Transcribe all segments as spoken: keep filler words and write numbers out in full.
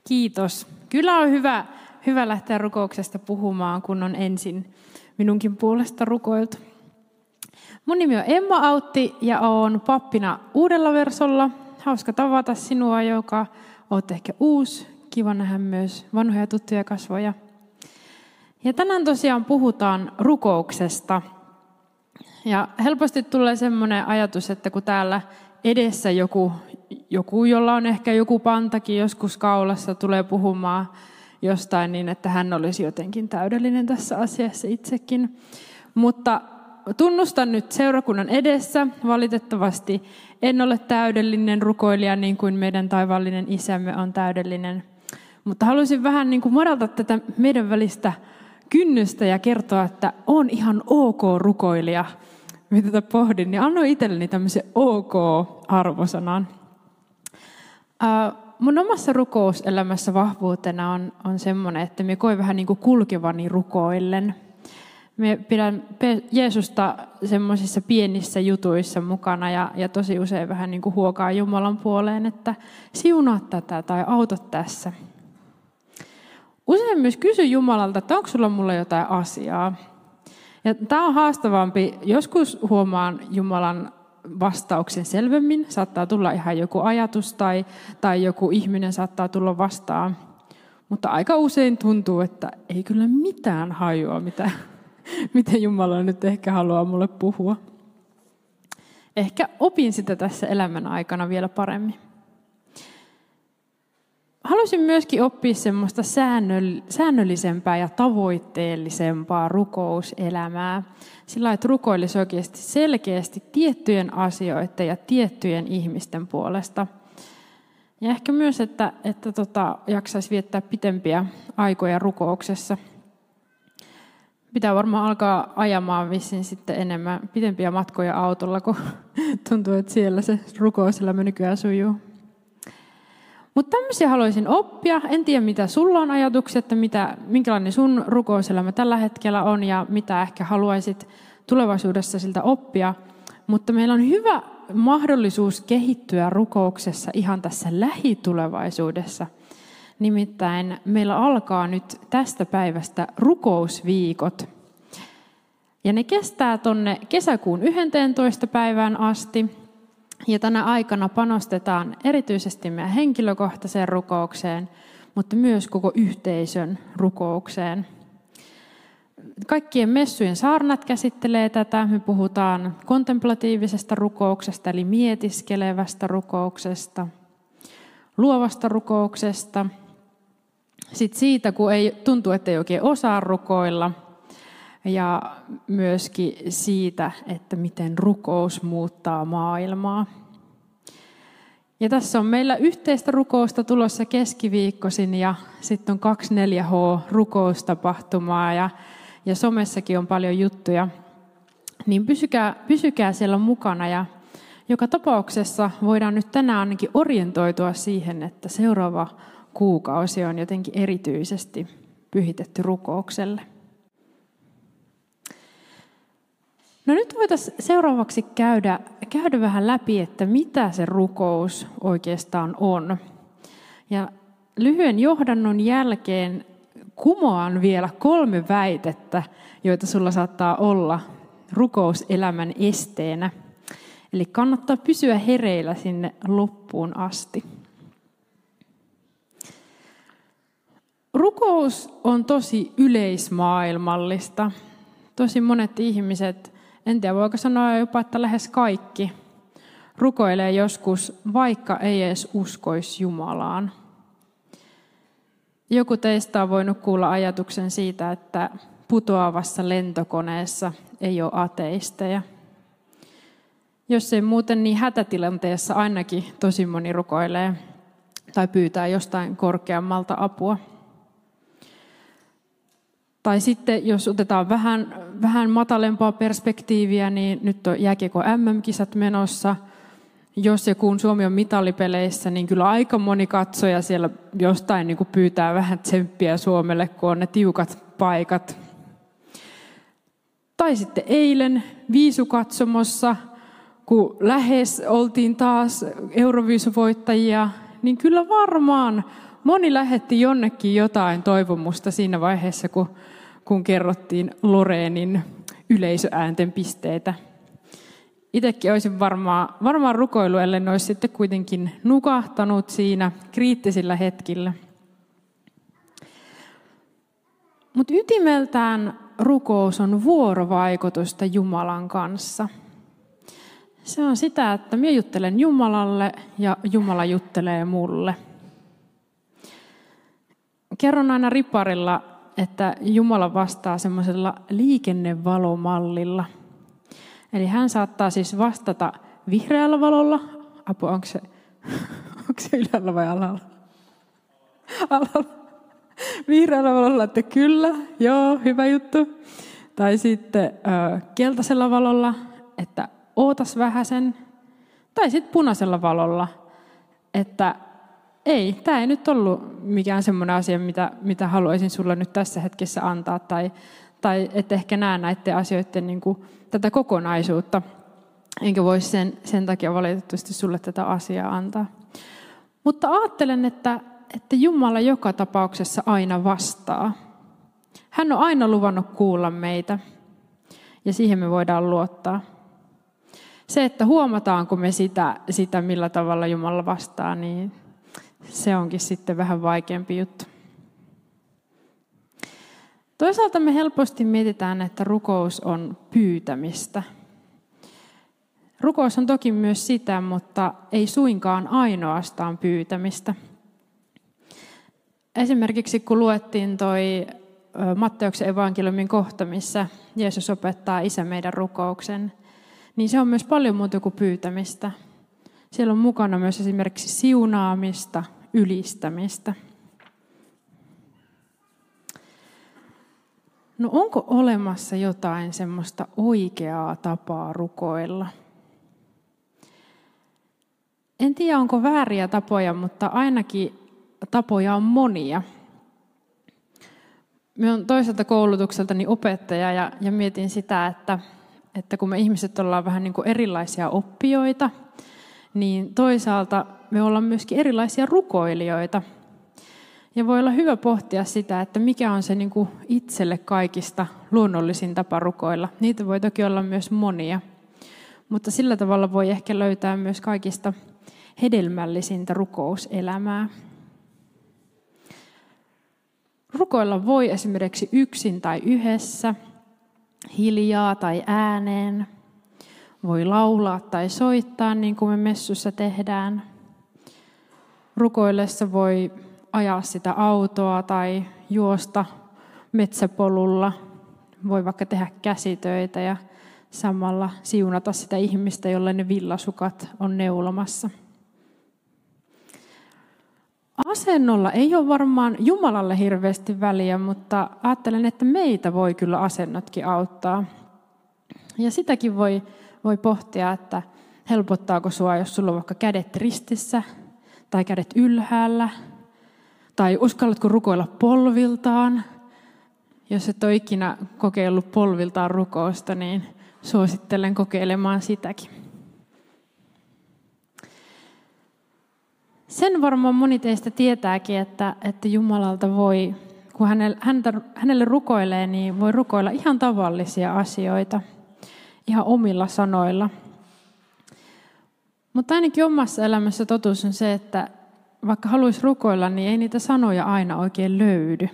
Kiitos. Kyllä on hyvä, hyvä lähteä rukouksesta puhumaan, kun on ensin minunkin puolesta rukoiltu. Mun nimi on Emma Autti ja olen pappina Uudella Versolla. Hauska tavata sinua, joka olet ehkä uusi. Kiva nähdä myös vanhoja tuttuja kasvoja. Ja tänään tosiaan puhutaan rukouksesta. Ja helposti tulee semmoinen ajatus, että kun täällä edessä joku, joku, jolla on ehkä joku pantakin joskus kaulassa, tulee puhumaan jostain niin, että hän olisi jotenkin täydellinen tässä asiassa itsekin. Mutta tunnustan nyt seurakunnan edessä. Valitettavasti en ole täydellinen rukoilija niin kuin meidän taivaallinen isämme on täydellinen. Mutta haluaisin vähän niin kuin madaltaa tätä meidän välistä kynnystä ja kertoa, että on ihan ok rukoilija. Mitä tätä pohdin, niin annoin itselleni tämmöisen ok-arvosanan. Uh, mun omassa rukouselämässä vahvuutena on, on semmoinen, että me koin vähän niin kuin kulkevani rukoillen. Me pidän Jeesusta semmoisissa pienissä jutuissa mukana ja, ja tosi usein vähän niin kuin huokaa Jumalan puoleen, että siunaa tätä tai auta tässä. Usein myös kysyn Jumalalta, että onko sulla mulle jotain asiaa. Ja tämä on haastavampi. Joskus huomaan Jumalan vastauksen selvemmin. Saattaa tulla ihan joku ajatus tai, tai joku ihminen saattaa tulla vastaan. Mutta aika usein tuntuu, että ei kyllä mitään hajua, mitä, mitä Jumala nyt ehkä haluaa mulle puhua. Ehkä opin sitä tässä elämän aikana vielä paremmin. Haluaisin myöskin oppia semmoista säännöllisempää ja tavoitteellisempaa rukouselämää. Sillä että rukoilisi oikeasti selkeästi tiettyjen asioiden ja tiettyjen ihmisten puolesta. Ja ehkä myös, että, että tota, jaksaisi viettää pitempiä aikoja rukouksessa. Pitää varmaan alkaa ajamaan vissiin sitten enemmän pitempiä matkoja autolla, kun tuntuu, että siellä se rukouselämä nykyään sujuu. Mutta tämmöisiä haluaisin oppia. En tiedä, mitä sulla on ajatuksia, että mitä, minkälainen sun rukouselämä tällä hetkellä on ja mitä ehkä haluaisit tulevaisuudessa siltä oppia. Mutta meillä on hyvä mahdollisuus kehittyä rukouksessa ihan tässä lähitulevaisuudessa. Nimittäin meillä alkaa nyt tästä päivästä rukousviikot. Ja ne kestää tonne kesäkuun yhdenteentoista päivään asti. Ja tänä aikana panostetaan erityisesti meidän henkilökohtaiseen rukoukseen, mutta myös koko yhteisön rukoukseen. Kaikkien messujen saarnat käsittelee tätä. Me puhutaan kontemplatiivisesta rukouksesta, eli mietiskelevästä rukouksesta, luovasta rukouksesta. Sitten siitä, kun ei tuntuu, että ei oikein osaa rukoilla. Ja myöskin siitä, että miten rukous muuttaa maailmaa. Ja tässä on meillä yhteistä rukousta tulossa keskiviikkoisin ja sitten on kaksikymmentäneljä H-rukoustapahtumaa ja, ja somessakin on paljon juttuja. Niin pysykää, pysykää siellä mukana ja joka tapauksessa voidaan nyt tänään ainakin orientoitua siihen, että seuraava kuukausi on jotenkin erityisesti pyhitetty rukoukselle. No nyt voitaisiin seuraavaksi käydä, käydä vähän läpi, että mitä se rukous oikeastaan on. Ja lyhyen johdannon jälkeen kumoan vielä kolme väitettä, joita sulla saattaa olla rukouselämän esteenä. Eli kannattaa pysyä hereillä sinne loppuun asti. Rukous on tosi yleismaailmallista. Tosi monet ihmiset, en tiedä voiko sanoa jopa, että lähes kaikki, rukoilee joskus, vaikka ei edes uskoisi Jumalaan. Joku teistä on voinut kuulla ajatuksen siitä, että putoavassa lentokoneessa ei ole ateisteja. Jos ei muuten, niin hätätilanteessa ainakin tosi moni rukoilee tai pyytää jostain korkeammalta apua. Tai sitten, jos otetaan vähän, vähän matalempaa perspektiiviä, niin nyt on jääkiekko M M-kisat menossa. Jos ja kun Suomi on mitallipeleissä, niin kyllä aika moni katsoja siellä jostain niin kuin pyytää vähän tsemppiä Suomelle, kun on ne tiukat paikat. Tai sitten eilen viisukatsomossa, kun lähes oltiin taas Euroviisuvoittajia, niin kyllä varmaan moni lähetti jonnekin jotain toivomusta siinä vaiheessa, kun, kun kerrottiin Loreenin yleisöäänten pisteitä. Itsekin olisin varmaan, varmaan rukoillut, ellei ne olisi sitten kuitenkin nukahtanut siinä kriittisillä hetkillä. Mutta ytimeltään rukous on vuorovaikutusta Jumalan kanssa. Se on sitä, että minä juttelen Jumalalle ja Jumala juttelee mulle. Kerron aina riparilla, että Jumala vastaa semmoisella liikennevalomallilla. Eli hän saattaa siis vastata vihreällä valolla. Apu, onko se, onko se ylhäällä vai alalla? Alalla. Vihreällä valolla, että kyllä, joo, hyvä juttu. Tai sitten ö, keltaisella valolla, että ootas vähäsen. Tai sitten punaisella valolla, että ei, tämä ei nyt ollut mikään semmoinen asia, mitä, mitä haluaisin sulle nyt tässä hetkessä antaa. Tai, tai et ehkä näe näiden asioiden niin kuin, tätä kokonaisuutta. Enkä voisi sen, sen takia valitettavasti sulle tätä asiaa antaa. Mutta ajattelen, että, että Jumala joka tapauksessa aina vastaa. Hän on aina luvannut kuulla meitä. Ja siihen me voidaan luottaa. Se, että huomataanko me sitä, sitä millä tavalla Jumala vastaa, niin se onkin sitten vähän vaikeampi juttu. Toisaalta me helposti mietitään, että rukous on pyytämistä. Rukous on toki myös sitä, mutta ei suinkaan ainoastaan pyytämistä. Esimerkiksi kun luettiin toi Matteuksen evankeliumin kohta, missä Jeesus opettaa Isä meidän rukouksen, niin se on myös paljon muuta kuin pyytämistä. Siellä on mukana myös esimerkiksi siunaamista, ylistämistä. No onko olemassa jotain semmoista oikeaa tapaa rukoilla? En tiedä, onko vääriä tapoja, mutta ainakin tapoja on monia. Minä olen toiselta koulutukseltani opettaja ja, ja mietin sitä, että, että kun me ihmiset ollaan vähän niin kuin erilaisia oppijoita, niin toisaalta me ollaan myöskin erilaisia rukoilijoita. Ja voi olla hyvä pohtia sitä, että mikä on se niin kuin itselle kaikista luonnollisin tapa rukoilla. Niitä voi toki olla myös monia, mutta sillä tavalla voi ehkä löytää myös kaikista hedelmällisintä rukouselämää. Rukoilla voi esimerkiksi yksin tai yhdessä, hiljaa tai ääneen. Voi laulaa tai soittaa niin kuin me messussa tehdään. Rukoillessa voi ajaa sitä autoa tai juosta metsäpolulla. Voi vaikka tehdä käsitöitä ja samalla siunata sitä ihmistä, jolle ne villasukat on neulomassa. Asennolla ei ole varmaan Jumalalle hirveästi väliä, mutta ajattelen, että meitä voi kyllä asennotkin auttaa. Ja sitäkin voi, voi pohtia, että helpottaako sua, jos sulla on vaikka kädet ristissä tai kädet ylhäällä. Tai uskallatko rukoilla polviltaan? Jos et ole ikinä kokeillut polviltaan rukousta, niin suosittelen kokeilemaan sitäkin. Sen varmaan moni teistä tietääkin, että, että Jumalalta voi, kun hänelle, häntä, hänelle rukoilee, niin voi rukoilla ihan tavallisia asioita, ihan omilla sanoilla. Mutta ainakin omassa elämässä totuus on se, että vaikka haluaisi rukoilla, niin ei niitä sanoja aina oikein löydy.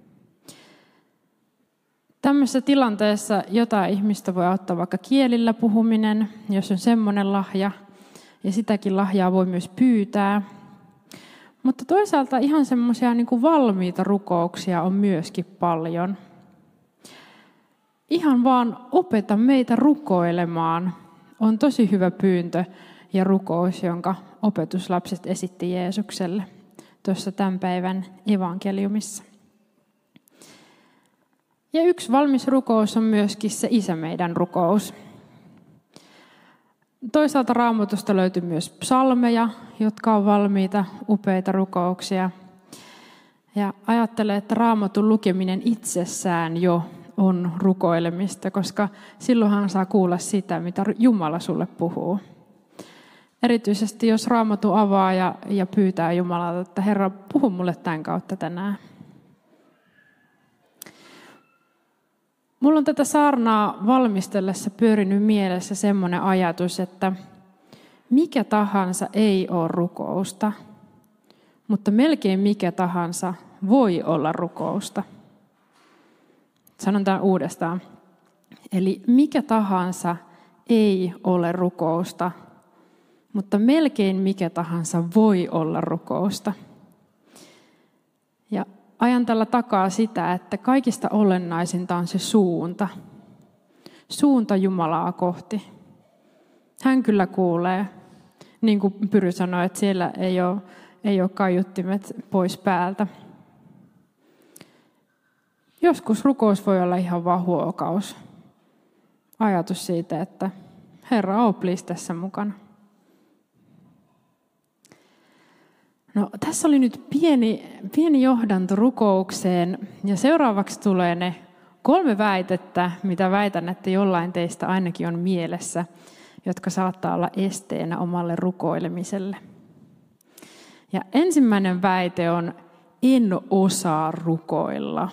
Tämmöisessä tilanteessa jotain ihmistä voi auttaa vaikka kielillä puhuminen, jos on semmoinen lahja, ja sitäkin lahjaa voi myös pyytää. Mutta toisaalta ihan semmoisia niin kuin valmiita rukouksia on myöskin paljon. Ihan vaan opeta meitä rukoilemaan on tosi hyvä pyyntö ja rukous, jonka opetuslapset esitti Jeesukselle tuossa tämän päivän evankeliumissa. Ja yksi valmis rukous on myöskin se Isä meidän rukous. Toisaalta Raamatusta löytyy myös psalmeja, jotka on valmiita, upeita rukouksia. Ja ajattelen, että Raamatun lukeminen itsessään jo on rukoilemista, koska silloinhan saa kuulla sitä, mitä Jumala sulle puhuu. Erityisesti jos Raamattu avaa ja, ja pyytää Jumalalta, että Herra, puhu mulle tämän kautta tänään. Mulla on tätä saarnaa valmistellessa pyörinyt mielessä semmoinen ajatus, että mikä tahansa ei ole rukousta, mutta melkein mikä tahansa voi olla rukousta. Sanon tämän uudestaan. Eli mikä tahansa ei ole rukousta, mutta melkein mikä tahansa voi olla rukousta. Ja ajan tällä takaa sitä, että kaikista olennaisinta on se suunta. Suunta Jumalaa kohti. Hän kyllä kuulee. Niin kuin Pyry sanoi, että siellä ei ole, ei ole kaiuttimet pois päältä. Joskus rukous voi olla ihan vaan huokaus. Ajatus siitä, että Herra, oo please tässä mukana. No, tässä oli nyt pieni, pieni johdanto rukoukseen ja seuraavaksi tulee ne kolme väitettä, mitä väitän, että jollain teistä ainakin on mielessä, jotka saattaa olla esteenä omalle rukoilemiselle. Ja ensimmäinen väite on, en osaa rukoilla.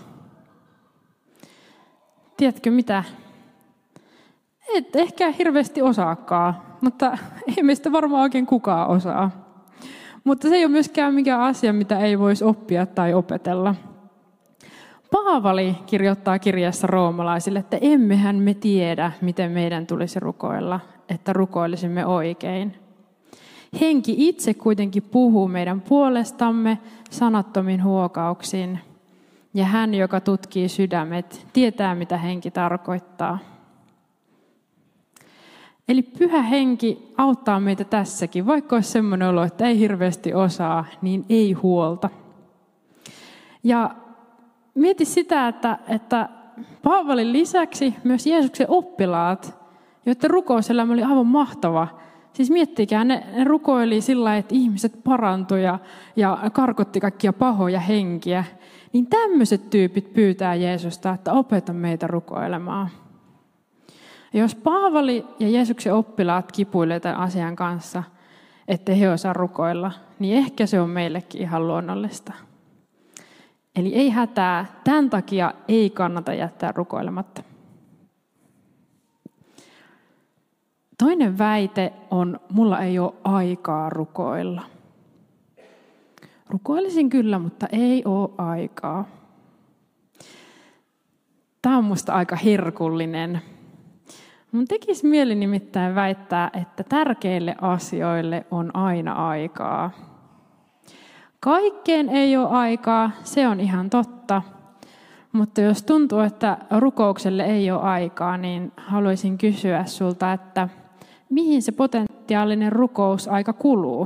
Tiedätkö mitä? Et ehkä hirveästi osaakaan, mutta ei meistä varmaan oikein kukaan osaa. Mutta se ei ole myöskään mikään asia, mitä ei voisi oppia tai opetella. Paavali kirjoittaa kirjassa roomalaisille, että emmehän me tiedä, miten meidän tulisi rukoilla, että rukoilisimme oikein. Henki itse kuitenkin puhuu meidän puolestamme sanattomin huokauksin. Ja hän, joka tutkii sydämet, tietää, mitä henki tarkoittaa. Eli Pyhä Henki auttaa meitä tässäkin, vaikka olisi semmoinen olo, että ei hirveästi osaa, niin ei huolta. Ja mieti sitä, että, että Paavalin lisäksi myös Jeesuksen oppilaat, joiden rukouselämä oli aivan mahtava. Siis miettikää, ne, ne rukoili sillä lailla, että ihmiset parantui ja, ja karkotti kaikkia pahoja henkiä. Niin tämmöiset tyypit pyytää Jeesusta, että opeta meitä rukoilemaan. Ja jos Paavali ja Jeesuksen oppilaat kipuilevat tämän asian kanssa, ettei he osaa rukoilla, niin ehkä se on meillekin ihan luonnollista. Eli ei hätää, tämän takia ei kannata jättää rukoilematta. Toinen väite on, mulla ei ole aikaa rukoilla. Rukoilisin kyllä, mutta ei ole aikaa. Tämä on musta aika herkullinen. Mun tekisi mieli nimittäin väittää, että tärkeille asioille on aina aikaa. Kaikkeen ei ole aikaa, se on ihan totta. Mutta jos tuntuu, että rukoukselle ei ole aikaa, niin haluaisin kysyä sulta, että mihin se potentiaalinen rukousaika kuluu?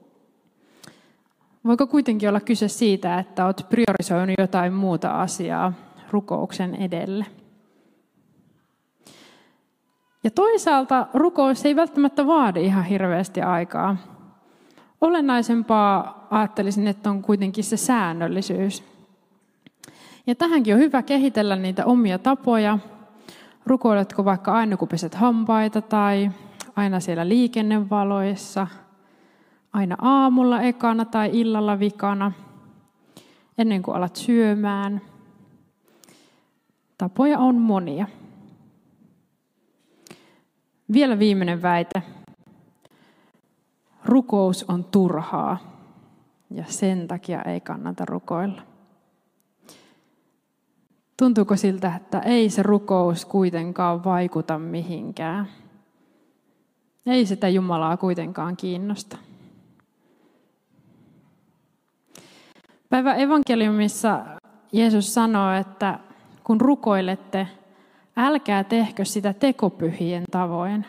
Voiko kuitenkin olla kyse siitä, että olet priorisoinut jotain muuta asiaa rukouksen edelle? Ja toisaalta rukous ei välttämättä vaadi ihan hirveästi aikaa. Olennaisempaa ajattelisin, että on kuitenkin se säännöllisyys. Ja tähänkin on hyvä kehitellä niitä omia tapoja. Rukoiletko vaikka aina kun peset hampaita tai aina siellä liikennevaloissa, aina aamulla ekana tai illalla vikana, ennen kuin alat syömään. Tapoja on monia. Vielä viimeinen väite. Rukous on turhaa ja sen takia ei kannata rukoilla. Tuntuuko siltä, että ei se rukous kuitenkaan vaikuta mihinkään? Ei sitä Jumalaa kuitenkaan kiinnosta. Päivän evankeliumissa Jeesus sanoo, että kun rukoilette, älkää tehkö sitä tekopyhien tavoin.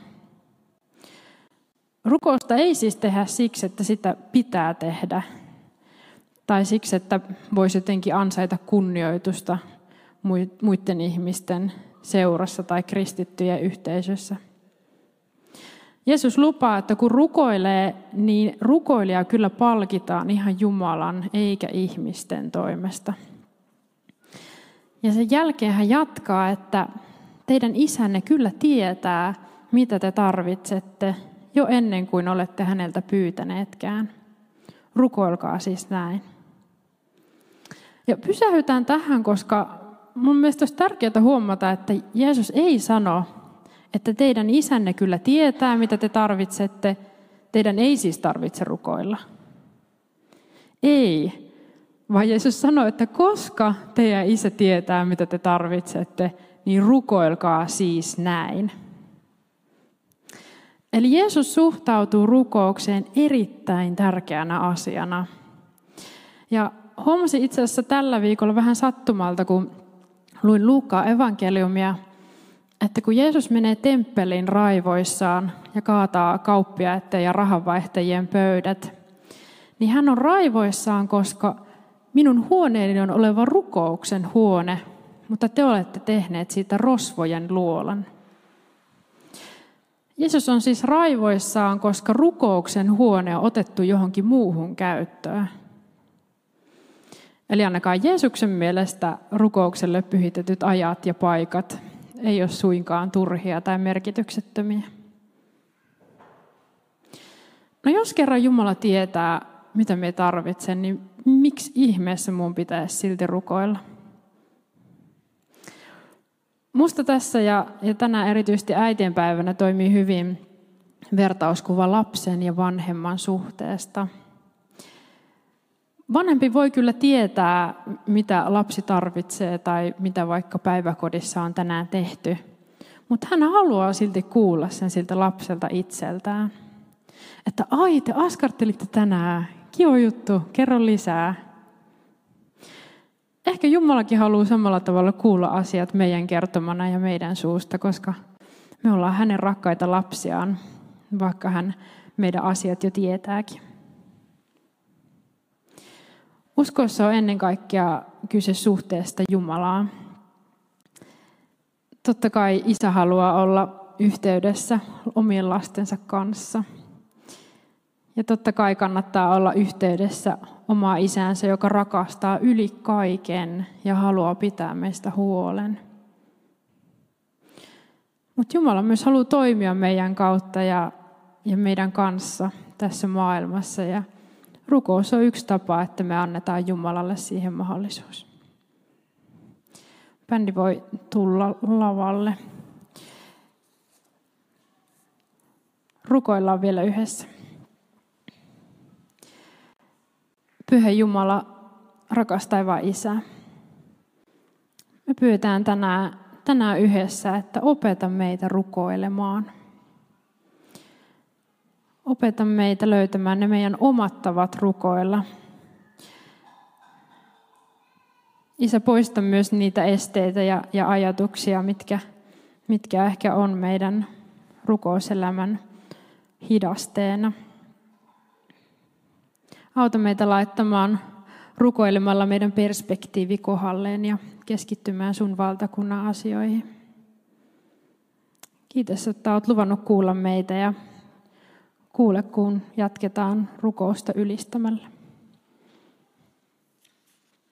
Rukousta ei siis tehdä siksi, että sitä pitää tehdä. Tai siksi, että voisi jotenkin ansaita kunnioitusta muiden ihmisten seurassa tai kristittyjen yhteisössä. Jeesus lupaa, että kun rukoilee, niin rukoilija kyllä palkitaan ihan Jumalan eikä ihmisten toimesta. Ja sen jälkeen hän jatkaa, että teidän isänne kyllä tietää, mitä te tarvitsette, jo ennen kuin olette häneltä pyytäneetkään. Rukoilkaa siis näin. Ja pysähytään tähän, koska mun mielestä olisi tärkeää huomata, että Jeesus ei sano, että teidän isänne kyllä tietää, mitä te tarvitsette. Teidän ei siis tarvitse rukoilla. Ei, vaan Jeesus sanoi, että koska teidän isä tietää, mitä te tarvitsette, niin rukoilkaa siis näin. Eli Jeesus suhtautuu rukoukseen erittäin tärkeänä asiana. Ja huomasin itse asiassa tällä viikolla vähän sattumalta, kun luin Luukkaan evankeliumia, että kun Jeesus menee temppeliin raivoissaan ja kaataa kauppiaiden ja rahanvaihtajien pöydät, niin hän on raivoissaan, koska minun huoneeni on oleva rukouksen huone, mutta te olette tehneet siitä rosvojen luolan. Jeesus on siis raivoissaan, koska rukouksen huone on otettu johonkin muuhun käyttöön. Eli ainakaan Jeesuksen mielestä rukoukselle pyhitetyt ajat ja paikat ei ole suinkaan turhia tai merkityksettömiä. No jos kerran Jumala tietää, mitä me tarvitsen, niin miksi ihmeessä mun pitäisi silti rukoilla? Musta tässä ja, ja tänään erityisesti äitienpäivänä toimii hyvin vertauskuva lapsen ja vanhemman suhteesta. Vanhempi voi kyllä tietää, mitä lapsi tarvitsee tai mitä vaikka päiväkodissa on tänään tehty, mutta hän haluaa silti kuulla sen siltä lapselta itseltään. Että ai, te askartelitte tänään, kiva juttu, kerro lisää. Ehkä Jumalakin haluaa samalla tavalla kuulla asiat meidän kertomana ja meidän suusta, koska me ollaan hänen rakkaita lapsiaan, vaikka hän meidän asiat jo tietääkin. Uskossa on ennen kaikkea kyse suhteesta Jumalaan. Totta kai isä haluaa olla yhteydessä omien lastensa kanssa. Ja totta kai kannattaa olla yhteydessä omaa isäänsä, joka rakastaa yli kaiken ja haluaa pitää meistä huolen. Mutta Jumala myös haluaa toimia meidän kautta ja, ja meidän kanssa tässä maailmassa. Ja rukous on yksi tapa, että me annetaan Jumalalle siihen mahdollisuus. Bändi voi tulla lavalle. Rukoillaan vielä yhdessä. Pyhä Jumala, rakas taivaan Isä, me pyydetään tänään, tänään yhdessä, että opeta meitä rukoilemaan. Opeta meitä löytämään ne meidän omat tavat rukoilla. Isä, poista myös niitä esteitä ja, ja ajatuksia, mitkä, mitkä ehkä on meidän rukouselämän hidasteena. Auta meitä laittamaan rukoilemalla meidän perspektiivi kohdalleen ja keskittymään sun valtakunnan asioihin. Kiitos, että olet luvannut kuulla meitä ja kuule, kun jatketaan rukousta ylistämällä.